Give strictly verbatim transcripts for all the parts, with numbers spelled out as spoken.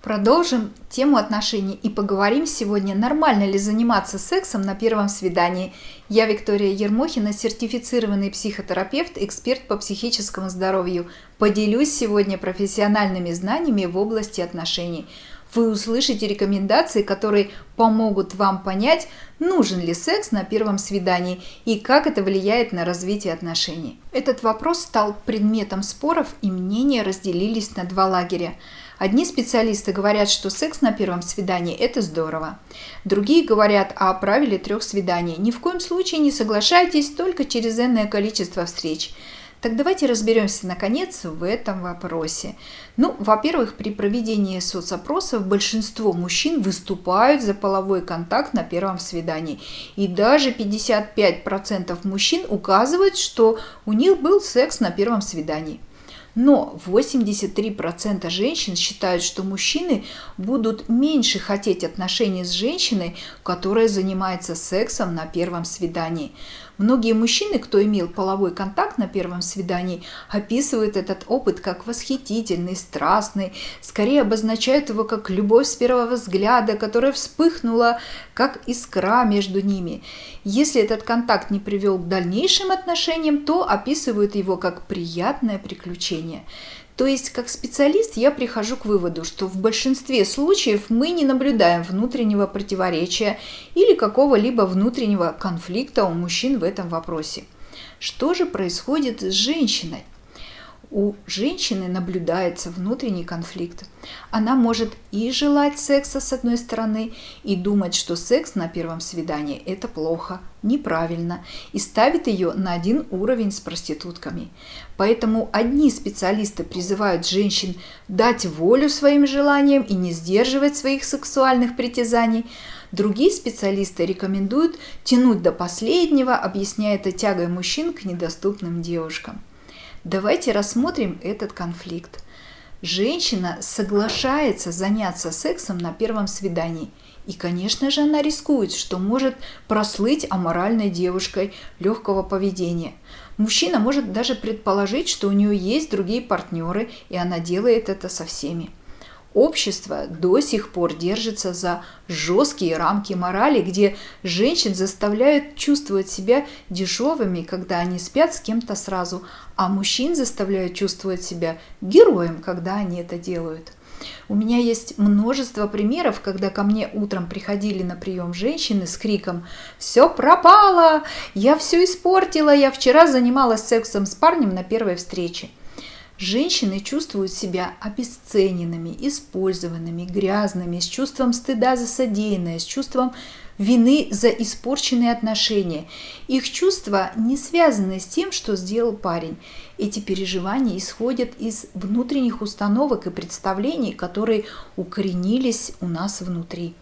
Продолжим тему отношений и поговорим сегодня, нормально ли заниматься сексом на первом свидании. Я Виктория Ермохина, сертифицированный психотерапевт, эксперт по психическому здоровью. Поделюсь сегодня профессиональными знаниями в области отношений. Вы услышите рекомендации, которые помогут вам понять, нужен ли секс на первом свидании и как это влияет на развитие отношений. Этот вопрос стал предметом споров, и мнения разделились на два лагеря. Одни специалисты говорят, что секс на первом свидании – это здорово. Другие говорят о правиле трех свиданий. Ни в коем случае не соглашайтесь, только через энное количество встреч. Так давайте разберемся, наконец, в этом вопросе. Ну, во-первых, при проведении соцопросов большинство мужчин выступают за половой контакт на первом свидании. И даже пятьдесят пять процентов мужчин указывают, что у них был секс на первом свидании. Но восемьдесят три процента женщин считают, что мужчины будут меньше хотеть отношений с женщиной, которая занимается сексом на первом свидании. Многие мужчины, кто имел половой контакт на первом свидании, описывают этот опыт как восхитительный, страстный, скорее обозначают его как любовь с первого взгляда, которая вспыхнула, как искра между ними. Если этот контакт не привел к дальнейшим отношениям, то описывают его как приятное приключение. То есть, как специалист, я прихожу к выводу, что в большинстве случаев мы не наблюдаем внутреннего противоречия или какого-либо внутреннего конфликта у мужчин в этом вопросе. Что же происходит с женщиной? У женщины наблюдается внутренний конфликт. Она может и желать секса с одной стороны, и думать, что секс на первом свидании – это плохо, неправильно, и ставит ее на один уровень с проститутками. Поэтому одни специалисты призывают женщин дать волю своим желаниям и не сдерживать своих сексуальных притязаний. Другие специалисты рекомендуют тянуть до последнего, объясняя это тягой мужчин к недоступным девушкам. Давайте рассмотрим этот конфликт. Женщина соглашается заняться сексом на первом свидании. И, конечно же, она рискует, что может прослыть аморальной девушкой легкого поведения. Мужчина может даже предположить, что у нее есть другие партнеры, и она делает это со всеми. Общество до сих пор держится за жесткие рамки морали, где женщин заставляют чувствовать себя дешевыми, когда они спят с кем-то сразу, а мужчин заставляют чувствовать себя героем, когда они это делают. У меня есть множество примеров, когда ко мне утром приходили на прием женщины с криком «Все пропало! Я все испортила! Я вчера занималась сексом с парнем на первой встрече». Женщины чувствуют себя обесцененными, использованными, грязными, с чувством стыда за содеянное, с чувством вины за испорченные отношения. Их чувства не связаны с тем, что сделал парень. Эти переживания исходят из внутренних установок и представлений, которые укоренились у нас внутри.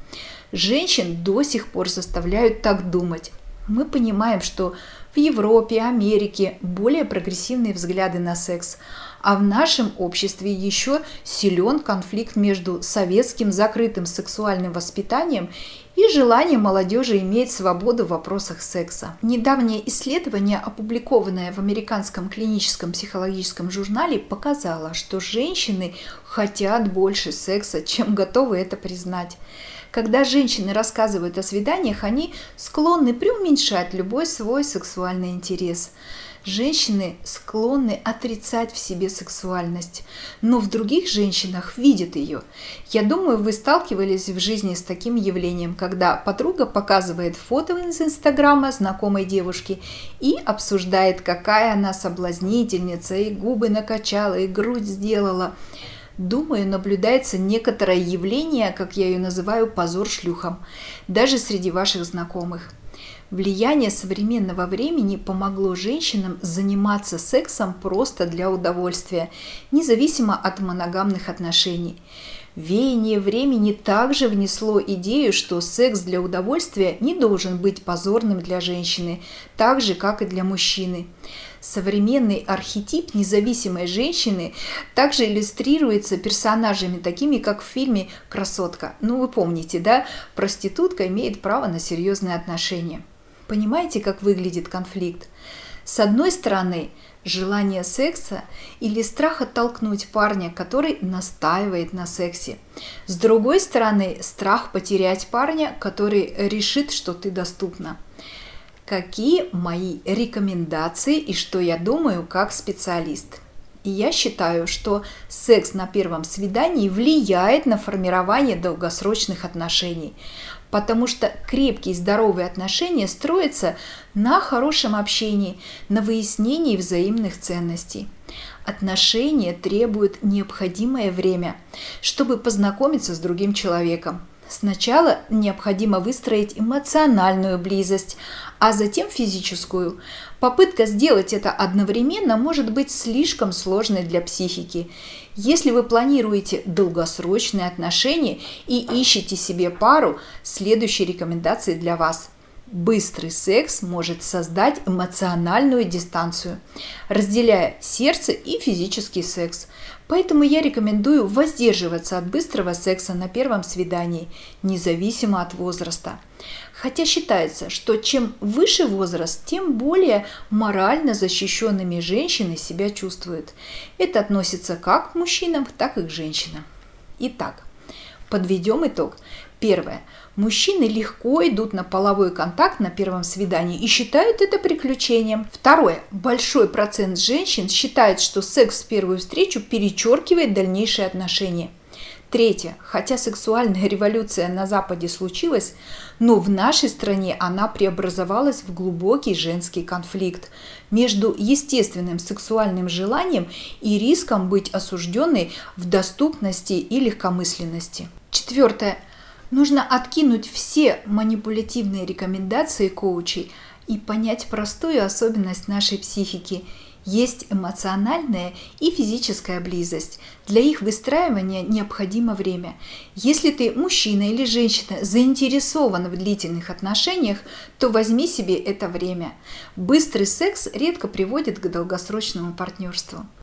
Женщин до сих пор заставляют так думать. Мы понимаем, что в Европе, Америке более прогрессивные взгляды на секс, а в нашем обществе еще силен конфликт между советским закрытым сексуальным воспитанием и желанием молодежи иметь свободу в вопросах секса. Недавнее исследование, опубликованное в американском клиническом психологическом журнале, показало, что женщины хотят больше секса, чем готовы это признать. Когда женщины рассказывают о свиданиях, они склонны преуменьшать любой свой сексуальный интерес. Женщины склонны отрицать в себе сексуальность, но в других женщинах видят ее. Я думаю, вы сталкивались в жизни с таким явлением, когда подруга показывает фото из Инстаграма знакомой девушки и обсуждает, какая она соблазнительница, и губы накачала, и грудь сделала. Думаю, наблюдается некоторое явление, как я ее называю, позор шлюхам, даже среди ваших знакомых. Влияние современного времени помогло женщинам заниматься сексом просто для удовольствия, независимо от моногамных отношений. Веяние времени также внесло идею, что секс для удовольствия не должен быть позорным для женщины, так же, как и для мужчины. Современный архетип независимой женщины также иллюстрируется персонажами, такими как в фильме «Красотка». Ну, вы помните, да? Проститутка имеет право на серьезные отношения. Понимаете, как выглядит конфликт? С одной стороны, желание секса или страх оттолкнуть парня, который настаивает на сексе. С другой стороны, страх потерять парня, который решит, что ты доступна. Какие мои рекомендации и что я думаю как специалист? И я считаю, что секс на первом свидании влияет на формирование долгосрочных отношений, потому что крепкие здоровые отношения строятся на хорошем общении, на выяснении взаимных ценностей. Отношения требуют необходимое время, чтобы познакомиться с другим человеком. Сначала необходимо выстроить эмоциональную близость, а затем физическую. Попытка сделать это одновременно может быть слишком сложной для психики. Если вы планируете долгосрочные отношения и ищете себе пару, следующие рекомендации для вас. Быстрый секс может создать эмоциональную дистанцию, разделяя сердце и физический секс. Поэтому я рекомендую воздерживаться от быстрого секса на первом свидании, независимо от возраста. Хотя считается, что чем выше возраст, тем более морально защищенными женщины себя чувствуют. Это относится как к мужчинам, так и к женщинам. Итак, подведем итог. Первое. Мужчины легко идут на половой контакт на первом свидании и считают это приключением. Второе. Большой процент женщин считает, что секс в первую встречу перечеркивает дальнейшие отношения. Третье. Хотя сексуальная революция на Западе случилась, но в нашей стране она преобразовалась в глубокий женский конфликт между естественным сексуальным желанием и риском быть осужденной в доступности и легкомысленности. Четвертое. Нужно откинуть все манипулятивные рекомендации коучей и понять простую особенность нашей психики. Есть эмоциональная и физическая близость. Для их выстраивания необходимо время. Если ты мужчина или женщина заинтересован в длительных отношениях, то возьми себе это время. Быстрый секс редко приводит к долгосрочному партнерству.